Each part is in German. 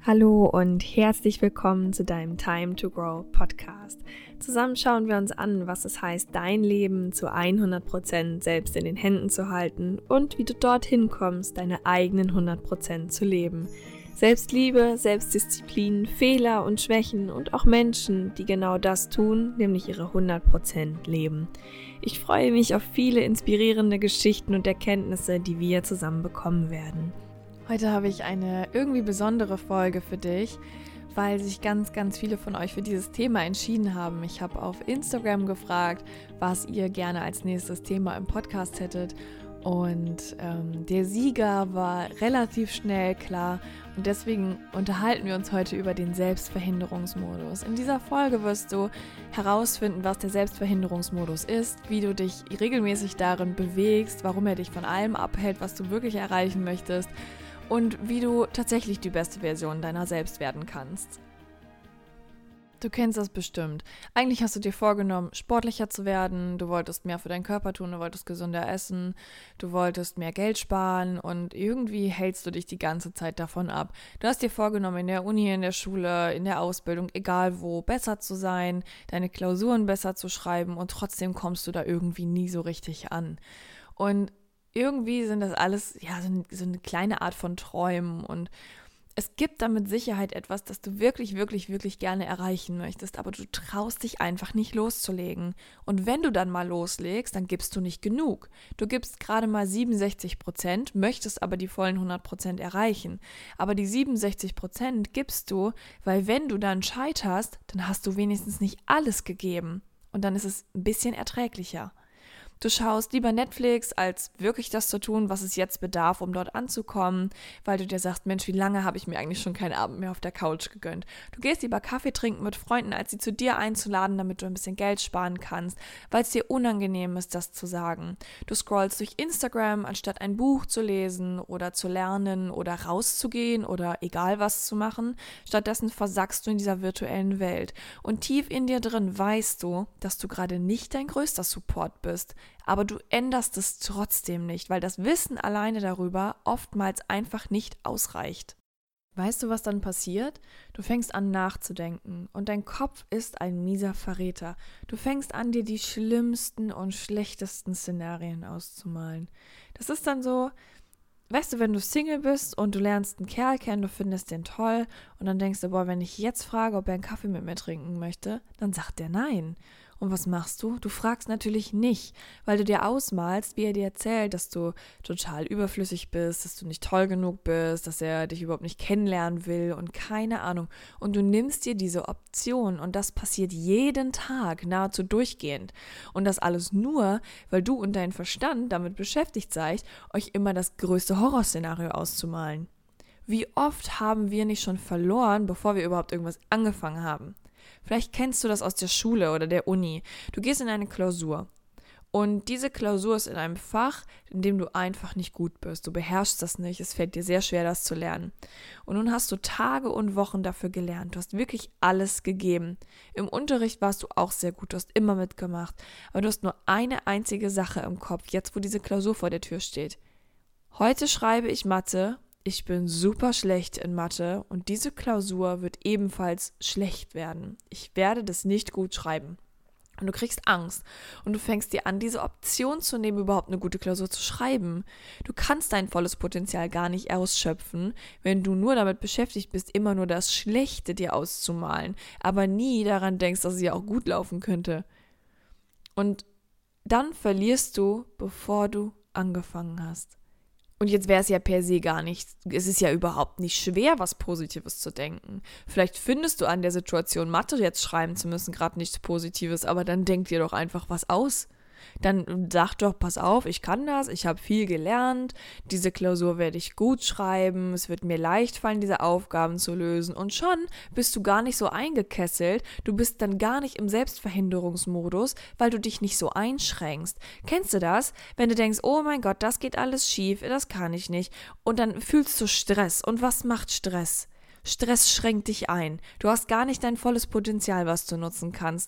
Hallo und herzlich willkommen zu deinem Time to Grow Podcast. Zusammen schauen wir uns an, was es heißt, dein Leben zu 100% selbst in den Händen zu halten und wie du dorthin kommst, deine eigenen 100% zu leben. Selbstliebe, Selbstdisziplin, Fehler und Schwächen und auch Menschen, die genau das tun, nämlich ihre 100% leben. Ich freue mich auf viele inspirierende Geschichten und Erkenntnisse, die wir zusammen bekommen werden. Heute habe ich eine irgendwie besondere Folge für dich, weil sich ganz, ganz viele von euch für dieses Thema entschieden haben. Ich habe auf Instagram gefragt, was ihr gerne als nächstes Thema im Podcast hättet. Und der Sieger war relativ schnell klar und deswegen unterhalten wir uns heute über den Selbstverhinderungsmodus. In dieser Folge wirst du herausfinden, was der Selbstverhinderungsmodus ist, wie du dich regelmäßig darin bewegst, warum er dich von allem abhält, was du wirklich erreichen möchtest und wie du tatsächlich die beste Version deiner selbst werden kannst. Du kennst das bestimmt. Eigentlich hast du dir vorgenommen, sportlicher zu werden, du wolltest mehr für deinen Körper tun, du wolltest gesünder essen, du wolltest mehr Geld sparen und irgendwie hältst du dich die ganze Zeit davon ab. Du hast dir vorgenommen, in der Uni, in der Schule, in der Ausbildung, egal wo, besser zu sein, deine Klausuren besser zu schreiben und trotzdem kommst du da irgendwie nie so richtig an. Und irgendwie sind das alles so eine kleine Art von Träumen und es gibt da mit Sicherheit etwas, das du wirklich, wirklich, wirklich gerne erreichen möchtest, aber du traust dich einfach nicht loszulegen. Und wenn du dann mal loslegst, dann gibst du nicht genug. Du gibst gerade mal 67%, möchtest aber die vollen 100% erreichen. Aber die 67% gibst du, weil wenn du dann scheiterst, dann hast du wenigstens nicht alles gegeben. Und dann ist es ein bisschen erträglicher. Du schaust lieber Netflix, als wirklich das zu tun, was es jetzt bedarf, um dort anzukommen, weil du dir sagst, Mensch, wie lange habe ich mir eigentlich schon keinen Abend mehr auf der Couch gegönnt. Du gehst lieber Kaffee trinken mit Freunden, als sie zu dir einzuladen, damit du ein bisschen Geld sparen kannst, weil es dir unangenehm ist, das zu sagen. Du scrollst durch Instagram, anstatt ein Buch zu lesen oder zu lernen oder rauszugehen oder egal was zu machen. Stattdessen versackst du in dieser virtuellen Welt. Und tief in dir drin weißt du, dass du gerade nicht dein größter Support bist. Aber du änderst es trotzdem nicht, weil das Wissen alleine darüber oftmals einfach nicht ausreicht. Weißt du, was dann passiert? Du fängst an nachzudenken und dein Kopf ist ein mieser Verräter. Du fängst an, dir die schlimmsten und schlechtesten Szenarien auszumalen. Das ist dann so, weißt du, wenn du Single bist und du lernst einen Kerl kennen, du findest den toll und dann denkst du, boah, wenn ich jetzt frage, ob er einen Kaffee mit mir trinken möchte, dann sagt er nein. Und was machst du? Du fragst natürlich nicht, weil du dir ausmalst, wie er dir erzählt, dass du total überflüssig bist, dass du nicht toll genug bist, dass er dich überhaupt nicht kennenlernen will und keine Ahnung. Und du nimmst dir diese Option und das passiert jeden Tag, nahezu durchgehend. Und das alles nur, weil du und dein Verstand damit beschäftigt seid, euch immer das größte Horrorszenario auszumalen. Wie oft haben wir nicht schon verloren, bevor wir überhaupt irgendwas angefangen haben? Vielleicht kennst du das aus der Schule oder der Uni. Du gehst in eine Klausur und diese Klausur ist in einem Fach, in dem du einfach nicht gut bist. Du beherrschst das nicht, es fällt dir sehr schwer, das zu lernen. Und nun hast du Tage und Wochen dafür gelernt. Du hast wirklich alles gegeben. Im Unterricht warst du auch sehr gut, du hast immer mitgemacht. Aber du hast nur eine einzige Sache im Kopf, jetzt wo diese Klausur vor der Tür steht. Heute schreibe ich Mathe. Ich bin super schlecht in Mathe und diese Klausur wird ebenfalls schlecht werden. Ich werde das nicht gut schreiben. Und du kriegst Angst und du fängst dir an, diese Option zu nehmen, überhaupt eine gute Klausur zu schreiben. Du kannst dein volles Potenzial gar nicht ausschöpfen, wenn du nur damit beschäftigt bist, immer nur das Schlechte dir auszumalen, aber nie daran denkst, dass es ja auch gut laufen könnte. Und dann verlierst du, bevor du angefangen hast. Und jetzt wäre es ja per se gar nicht, es ist ja überhaupt nicht schwer, was Positives zu denken. Vielleicht findest du an der Situation, Mathe jetzt schreiben zu müssen, gerade nichts Positives, aber dann denk dir doch einfach was aus. Dann sag doch, pass auf, ich kann das, ich habe viel gelernt, diese Klausur werde ich gut schreiben, es wird mir leicht fallen, diese Aufgaben zu lösen und schon bist du gar nicht so eingekesselt, du bist dann gar nicht im Selbstverhinderungsmodus, weil du dich nicht so einschränkst. Kennst du das? Wenn du denkst, oh mein Gott, das geht alles schief, das kann ich nicht und dann fühlst du Stress und was macht Stress? Stress schränkt dich ein, du hast gar nicht dein volles Potenzial, was du nutzen kannst.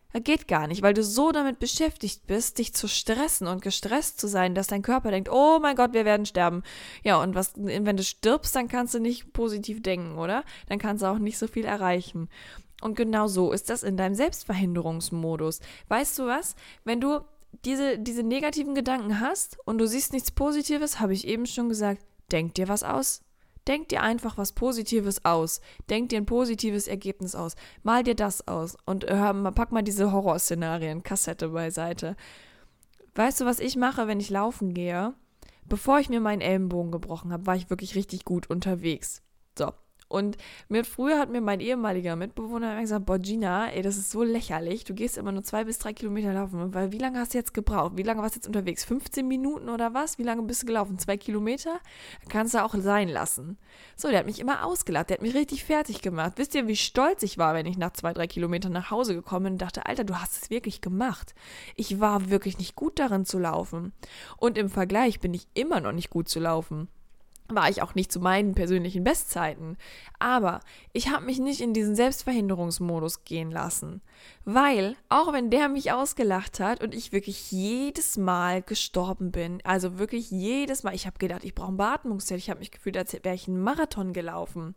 Das geht gar nicht, weil du so damit beschäftigt bist, dich zu stressen und gestresst zu sein, dass dein Körper denkt, oh mein Gott, wir werden sterben. Ja, und wenn du stirbst, dann kannst du nicht positiv denken, oder? Dann kannst du auch nicht so viel erreichen. Und genau so ist das in deinem Selbstverhinderungsmodus. Weißt du was? Wenn du diese negativen Gedanken hast und du siehst nichts Positives, habe ich eben schon gesagt, denk dir was aus. Denk dir einfach was Positives aus. Denk dir ein positives Ergebnis aus. Mal dir das aus und pack mal diese Horrorszenarien-Kassette beiseite. Weißt du, was ich mache, wenn ich laufen gehe? Bevor ich mir meinen Ellenbogen gebrochen habe, war ich wirklich richtig gut unterwegs. So. Und früher hat mir mein ehemaliger Mitbewohner gesagt, boah Gina, ey, das ist so lächerlich, du gehst immer nur 2 bis 3 Kilometer laufen, weil wie lange hast du jetzt gebraucht? Wie lange warst du jetzt unterwegs? 15 Minuten oder was? Wie lange bist du gelaufen? 2 Kilometer? Kannst du auch sein lassen. So, der hat mich immer ausgelacht, der hat mich richtig fertig gemacht. Wisst ihr, wie stolz ich war, wenn ich nach 2, 3 Kilometern nach Hause gekommen bin und dachte, Alter, du hast es wirklich gemacht. Ich war wirklich nicht gut darin zu laufen. Und im Vergleich bin ich immer noch nicht gut zu laufen. War ich auch nicht zu meinen persönlichen Bestzeiten. Aber ich habe mich nicht in diesen Selbstverhinderungsmodus gehen lassen. Weil, auch wenn der mich ausgelacht hat und ich wirklich jedes Mal gestorben bin, also wirklich jedes Mal, ich habe gedacht, ich brauche ein Beatmungszelt, ich habe mich gefühlt, als wäre ich einen Marathon gelaufen.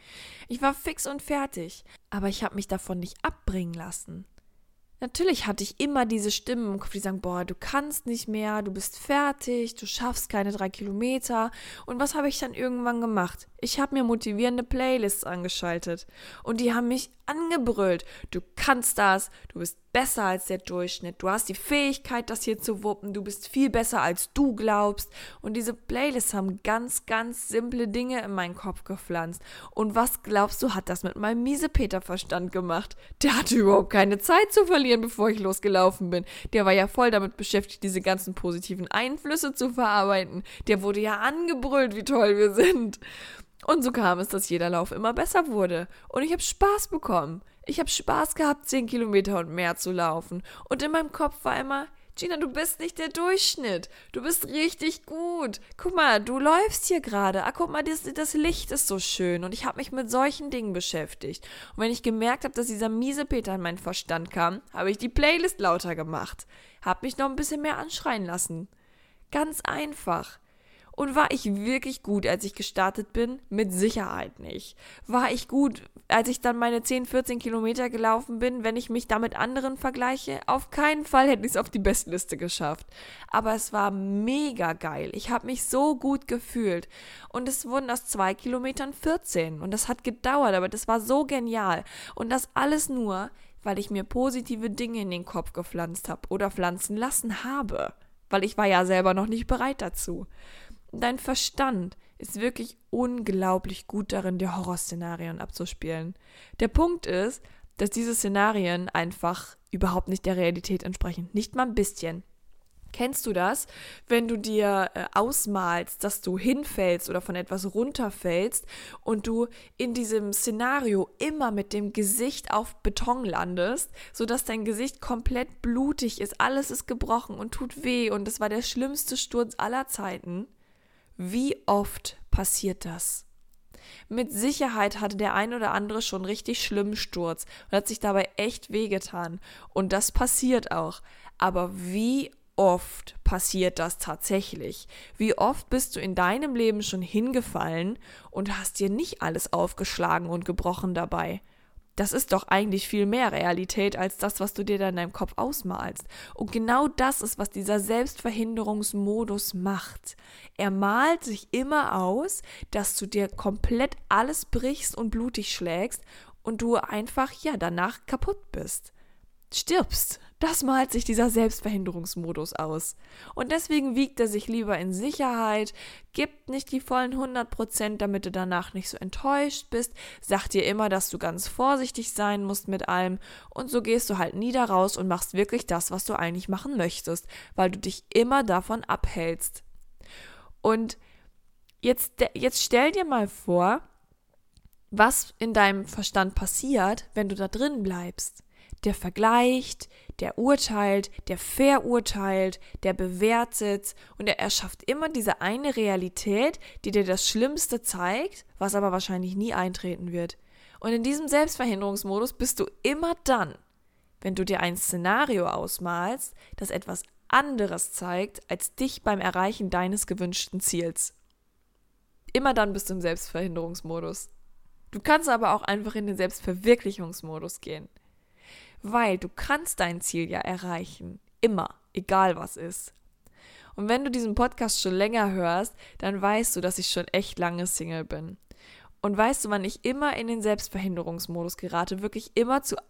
Ich war fix und fertig, aber ich habe mich davon nicht abbringen lassen. Natürlich hatte ich immer diese Stimmen im Kopf, die sagen, boah, du kannst nicht mehr, du bist fertig, du schaffst keine 3 Kilometer. Und was habe ich dann irgendwann gemacht? Ich habe mir motivierende Playlists angeschaltet und die haben mich angebrüllt. Du kannst das, du bist besser als der Durchschnitt, du hast die Fähigkeit, das hier zu wuppen, du bist viel besser, als du glaubst. Und diese Playlists haben ganz, ganz simple Dinge in meinen Kopf gepflanzt. Und was glaubst du, hat das mit meinem Miesepeter-Verstand gemacht? Der hatte überhaupt keine Zeit zu verlieren, bevor ich losgelaufen bin. Der war ja voll damit beschäftigt, diese ganzen positiven Einflüsse zu verarbeiten. Der wurde ja angebrüllt, wie toll wir sind. Und so kam es, dass jeder Lauf immer besser wurde. Und ich habe Spaß bekommen. Ich habe Spaß gehabt, 10 Kilometer und mehr zu laufen. Und in meinem Kopf war immer, Gina, du bist nicht der Durchschnitt. Du bist richtig gut. Guck mal, du läufst hier gerade. Guck mal, das Licht ist so schön. Und ich habe mich mit solchen Dingen beschäftigt. Und wenn ich gemerkt habe, dass dieser Miesepeter in meinen Verstand kam, habe ich die Playlist lauter gemacht. Habe mich noch ein bisschen mehr anschreien lassen. Ganz einfach. Und war ich wirklich gut, als ich gestartet bin? Mit Sicherheit nicht. War ich gut, als ich dann meine 10, 14 Kilometer gelaufen bin, wenn ich mich da mit anderen vergleiche? Auf keinen Fall hätte ich es auf die Bestliste geschafft. Aber es war mega geil. Ich habe mich so gut gefühlt. Und es wurden aus 2 Kilometern 14. Und das hat gedauert, aber das war so genial. Und das alles nur, weil ich mir positive Dinge in den Kopf gepflanzt habe oder pflanzen lassen habe. Weil ich war ja selber noch nicht bereit dazu. Dein Verstand ist wirklich unglaublich gut darin, dir Horrorszenarien abzuspielen. Der Punkt ist, dass diese Szenarien einfach überhaupt nicht der Realität entsprechen. Nicht mal ein bisschen. Kennst du das, wenn du dir ausmalst, dass du hinfällst oder von etwas runterfällst und du in diesem Szenario immer mit dem Gesicht auf Beton landest, sodass dein Gesicht komplett blutig ist, alles ist gebrochen und tut weh und es war der schlimmste Sturz aller Zeiten? Wie oft passiert das? Mit Sicherheit hatte der ein oder andere schon richtig schlimmen Sturz und hat sich dabei echt wehgetan. Und das passiert auch. Aber wie oft passiert das tatsächlich? Wie oft bist du in deinem Leben schon hingefallen und hast dir nicht alles aufgeschlagen und gebrochen dabei? Das ist doch eigentlich viel mehr Realität als das, was du dir da in deinem Kopf ausmalst. Und genau das ist, was dieser Selbstverhinderungsmodus macht. Er malt sich immer aus, dass du dir komplett alles brichst und blutig schlägst und du einfach, danach kaputt bist. Stirbst. Das malt sich dieser Selbstverhinderungsmodus aus. Und deswegen wiegt er sich lieber in Sicherheit, gibt nicht die vollen 100%, damit du danach nicht so enttäuscht bist, sagt dir immer, dass du ganz vorsichtig sein musst mit allem und so gehst du halt nie da raus und machst wirklich das, was du eigentlich machen möchtest, weil du dich immer davon abhältst. Und jetzt stell dir mal vor, was in deinem Verstand passiert, wenn du da drin bleibst. Der vergleicht, der urteilt, der verurteilt, der bewertet und er erschafft immer diese eine Realität, die dir das Schlimmste zeigt, was aber wahrscheinlich nie eintreten wird. Und in diesem Selbstverhinderungsmodus bist du immer dann, wenn du dir ein Szenario ausmalst, das etwas anderes zeigt, als dich beim Erreichen deines gewünschten Ziels. Immer dann bist du im Selbstverhinderungsmodus. Du kannst aber auch einfach in den Selbstverwirklichungsmodus gehen. Weil du kannst dein Ziel ja erreichen. Immer. Egal was ist. Und wenn du diesen Podcast schon länger hörst, dann weißt du, dass ich schon echt lange Single bin. Und weißt du, wann ich immer in den Selbstverhinderungsmodus gerate? Wirklich immer zu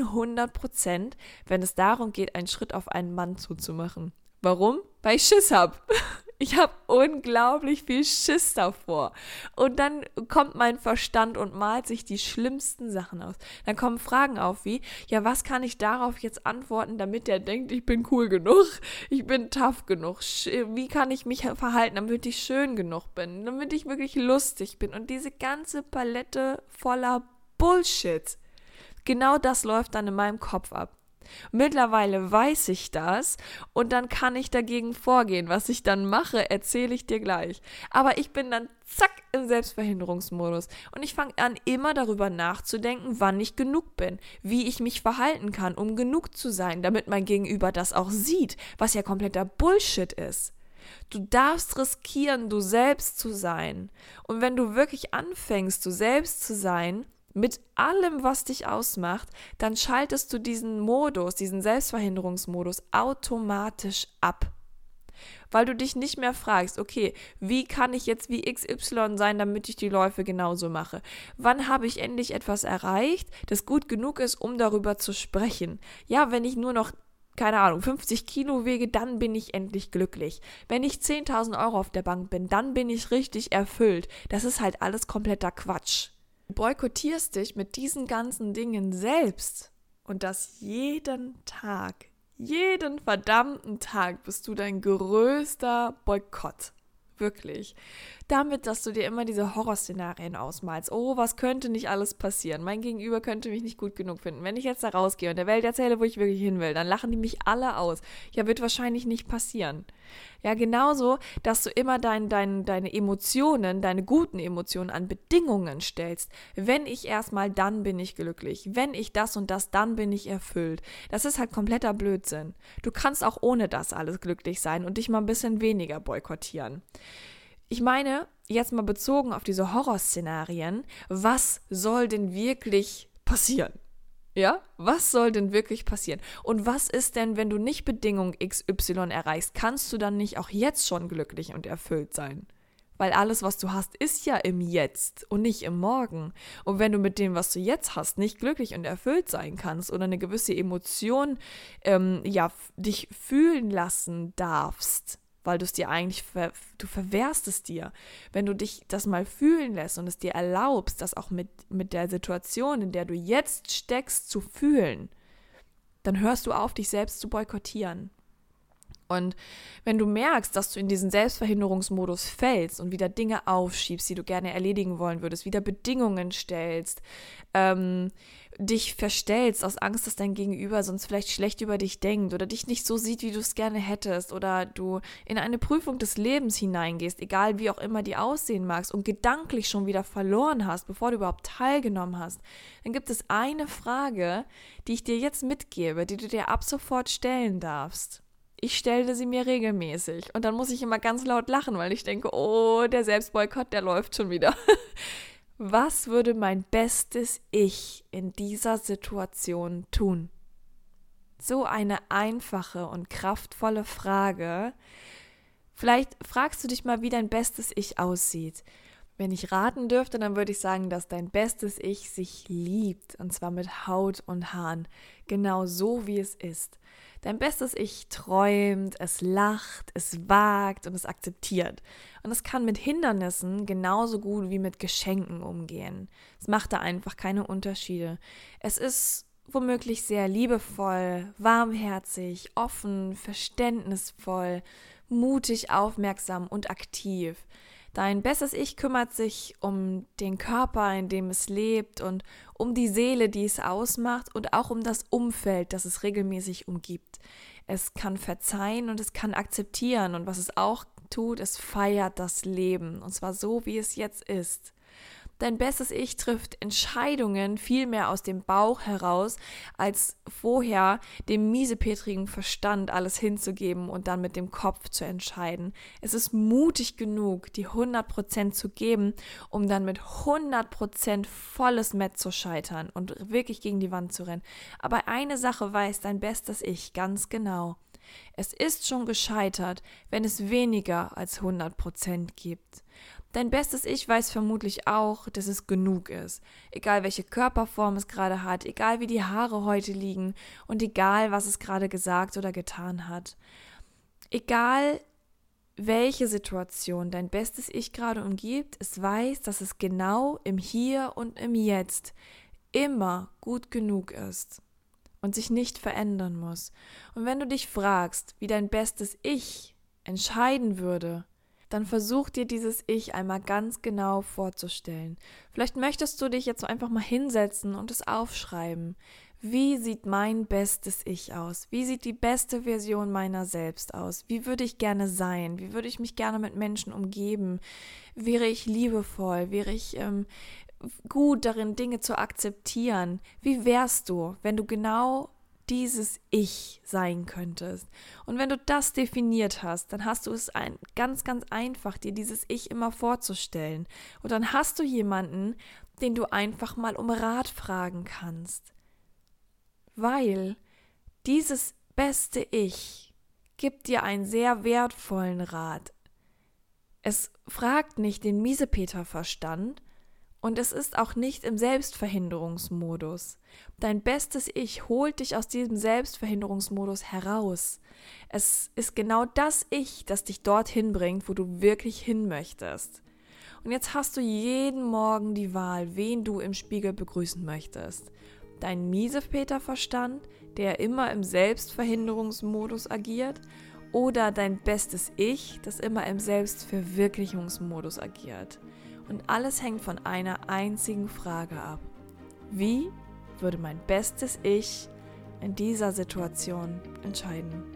100%, wenn es darum geht, einen Schritt auf einen Mann zuzumachen. Warum? Weil ich Schiss habe. Ich habe unglaublich viel Schiss davor. Und dann kommt mein Verstand und malt sich die schlimmsten Sachen aus. Dann kommen Fragen auf wie, ja, was kann ich darauf jetzt antworten, damit der denkt, ich bin cool genug, ich bin tough genug. Wie kann ich mich verhalten, damit ich schön genug bin, damit ich wirklich lustig bin. Und diese ganze Palette voller Bullshit. Genau das läuft dann in meinem Kopf ab. Mittlerweile weiß ich das und dann kann ich dagegen vorgehen. Was ich dann mache, erzähle ich dir gleich. Aber ich bin dann zack im Selbstverhinderungsmodus und ich fange an, immer darüber nachzudenken, wann ich genug bin, wie ich mich verhalten kann, um genug zu sein, damit mein Gegenüber das auch sieht, was ja kompletter Bullshit ist. Du darfst riskieren, du selbst zu sein. Und wenn du wirklich anfängst, du selbst zu sein, mit allem, was dich ausmacht, dann schaltest du diesen Modus, diesen Selbstverhinderungsmodus automatisch ab. Weil du dich nicht mehr fragst, okay, wie kann ich jetzt wie XY sein, damit ich die Läufe genauso mache? Wann habe ich endlich etwas erreicht, das gut genug ist, um darüber zu sprechen? Ja, wenn ich nur noch, keine Ahnung, 50 Kilo wege, dann bin ich endlich glücklich. Wenn ich 10.000 Euro auf der Bank bin, dann bin ich richtig erfüllt. Das ist halt alles kompletter Quatsch. Du boykottierst dich mit diesen ganzen Dingen selbst und das jeden Tag, jeden verdammten Tag bist du dein größter Boykott. Wirklich. Damit, dass du dir immer diese Horrorszenarien ausmalst. Oh, was könnte nicht alles passieren? Mein Gegenüber könnte mich nicht gut genug finden. Wenn ich jetzt da rausgehe und der Welt erzähle, wo ich wirklich hin will, dann lachen die mich alle aus. Ja, wird wahrscheinlich nicht passieren. Ja, genauso, dass du immer deine Emotionen, deine guten Emotionen an Bedingungen stellst. Wenn ich erstmal, dann bin ich glücklich. Wenn ich das und das, dann bin ich erfüllt. Das ist halt kompletter Blödsinn. Du kannst auch ohne das alles glücklich sein und dich mal ein bisschen weniger boykottieren. Ich meine, jetzt mal bezogen auf diese Horrorszenarien, was soll denn wirklich passieren? Ja, was soll denn wirklich passieren? Und was ist denn, wenn du nicht Bedingung XY erreichst, kannst du dann nicht auch jetzt schon glücklich und erfüllt sein? Weil alles, was du hast, ist ja im Jetzt und nicht im Morgen. Und wenn du mit dem, was du jetzt hast, nicht glücklich und erfüllt sein kannst oder eine gewisse Emotion dich fühlen lassen darfst, weil du es dir eigentlich, du verwehrst es dir. Wenn du dich das mal fühlen lässt und es dir erlaubst, das auch mit der Situation, in der du jetzt steckst, zu fühlen, dann hörst du auf, dich selbst zu boykottieren. Und wenn du merkst, dass du in diesen Selbstverhinderungsmodus fällst und wieder Dinge aufschiebst, die du gerne erledigen wollen würdest, wieder Bedingungen stellst, dich verstellst aus Angst, dass dein Gegenüber sonst vielleicht schlecht über dich denkt oder dich nicht so sieht, wie du es gerne hättest, oder du in eine Prüfung des Lebens hineingehst, egal wie auch immer die aussehen magst, und gedanklich schon wieder verloren hast, bevor du überhaupt teilgenommen hast, dann gibt es eine Frage, die ich dir jetzt mitgebe, die du dir ab sofort stellen darfst. Ich stelle sie mir regelmäßig und dann muss ich immer ganz laut lachen, weil ich denke, oh, der Selbstboykott, der läuft schon wieder. Was würde mein bestes Ich in dieser Situation tun? So eine einfache und kraftvolle Frage. Vielleicht fragst du dich mal, wie dein bestes Ich aussieht. Wenn ich raten dürfte, dann würde ich sagen, dass dein bestes Ich sich liebt, und zwar mit Haut und Haaren, genau so wie es ist. Dein bestes Ich träumt, es lacht, es wagt und es akzeptiert. Und es kann mit Hindernissen genauso gut wie mit Geschenken umgehen. Es macht da einfach keine Unterschiede. Es ist womöglich sehr liebevoll, warmherzig, offen, verständnisvoll, mutig, aufmerksam und aktiv. Dein bestes Ich kümmert sich um den Körper, in dem es lebt, und um die Seele, die es ausmacht, und auch um das Umfeld, das es regelmäßig umgibt. Es kann verzeihen und es kann akzeptieren, und was es auch tut, es feiert das Leben, und zwar so, wie es jetzt ist. Dein bestes Ich trifft Entscheidungen viel mehr aus dem Bauch heraus, als vorher dem miesepetrigen Verstand alles hinzugeben und dann mit dem Kopf zu entscheiden. Es ist mutig genug, die 100% zu geben, um dann mit 100% volles Met zu scheitern und wirklich gegen die Wand zu rennen. Aber eine Sache weiß dein bestes Ich ganz genau. Es ist schon gescheitert, wenn es weniger als 100% gibt. Dein bestes Ich weiß vermutlich auch, dass es genug ist. Egal welche Körperform es gerade hat, egal wie die Haare heute liegen und egal was es gerade gesagt oder getan hat. Egal welche Situation dein bestes Ich gerade umgibt, es weiß, dass es genau im Hier und im Jetzt immer gut genug ist und sich nicht verändern muss. Und wenn du dich fragst, wie dein bestes Ich entscheiden würde, dann versuch dir dieses Ich einmal ganz genau vorzustellen. Vielleicht möchtest du dich jetzt einfach mal hinsetzen und es aufschreiben. Wie sieht mein bestes Ich aus? Wie sieht die beste Version meiner selbst aus? Wie würde ich gerne sein? Wie würde ich mich gerne mit Menschen umgeben? Wäre ich liebevoll? Wäre ich gut darin, Dinge zu akzeptieren? Wie wärst du, wenn du genau dieses Ich sein könntest? Und wenn du das definiert hast, dann hast du es ganz, ganz einfach, dir dieses Ich immer vorzustellen. Und dann hast du jemanden, den du einfach mal um Rat fragen kannst. Weil dieses beste Ich gibt dir einen sehr wertvollen Rat. Es fragt nicht den Miesepeter-Verstand, und es ist auch nicht im Selbstverhinderungsmodus. Dein bestes Ich holt dich aus diesem Selbstverhinderungsmodus heraus. Es ist genau das Ich, das dich dorthin bringt, wo du wirklich hin möchtest. Und jetzt hast du jeden Morgen die Wahl, wen du im Spiegel begrüßen möchtest. Dein Miesepeter-Verstand, der immer im Selbstverhinderungsmodus agiert, oder dein bestes Ich, das immer im Selbstverwirklichungsmodus agiert. Und alles hängt von einer einzigen Frage ab. Wie würde mein bestes Ich in dieser Situation entscheiden?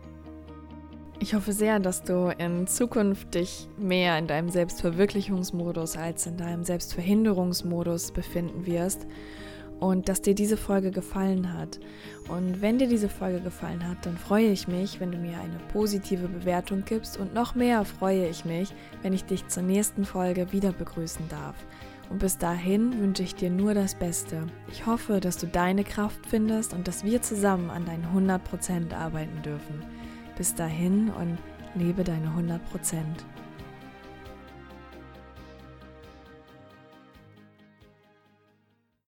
Ich hoffe sehr, dass du in Zukunft dich mehr in deinem Selbstverwirklichungsmodus als in deinem Selbstverhinderungsmodus befinden wirst und dass dir diese Folge gefallen hat. Und wenn dir diese Folge gefallen hat, dann freue ich mich, wenn du mir eine positive Bewertung gibst, und noch mehr freue ich mich, wenn ich dich zur nächsten Folge wieder begrüßen darf. Und bis dahin wünsche ich dir nur das Beste. Ich hoffe, dass du deine Kraft findest und dass wir zusammen an deinen 100% arbeiten dürfen. Bis dahin und lebe deine 100%.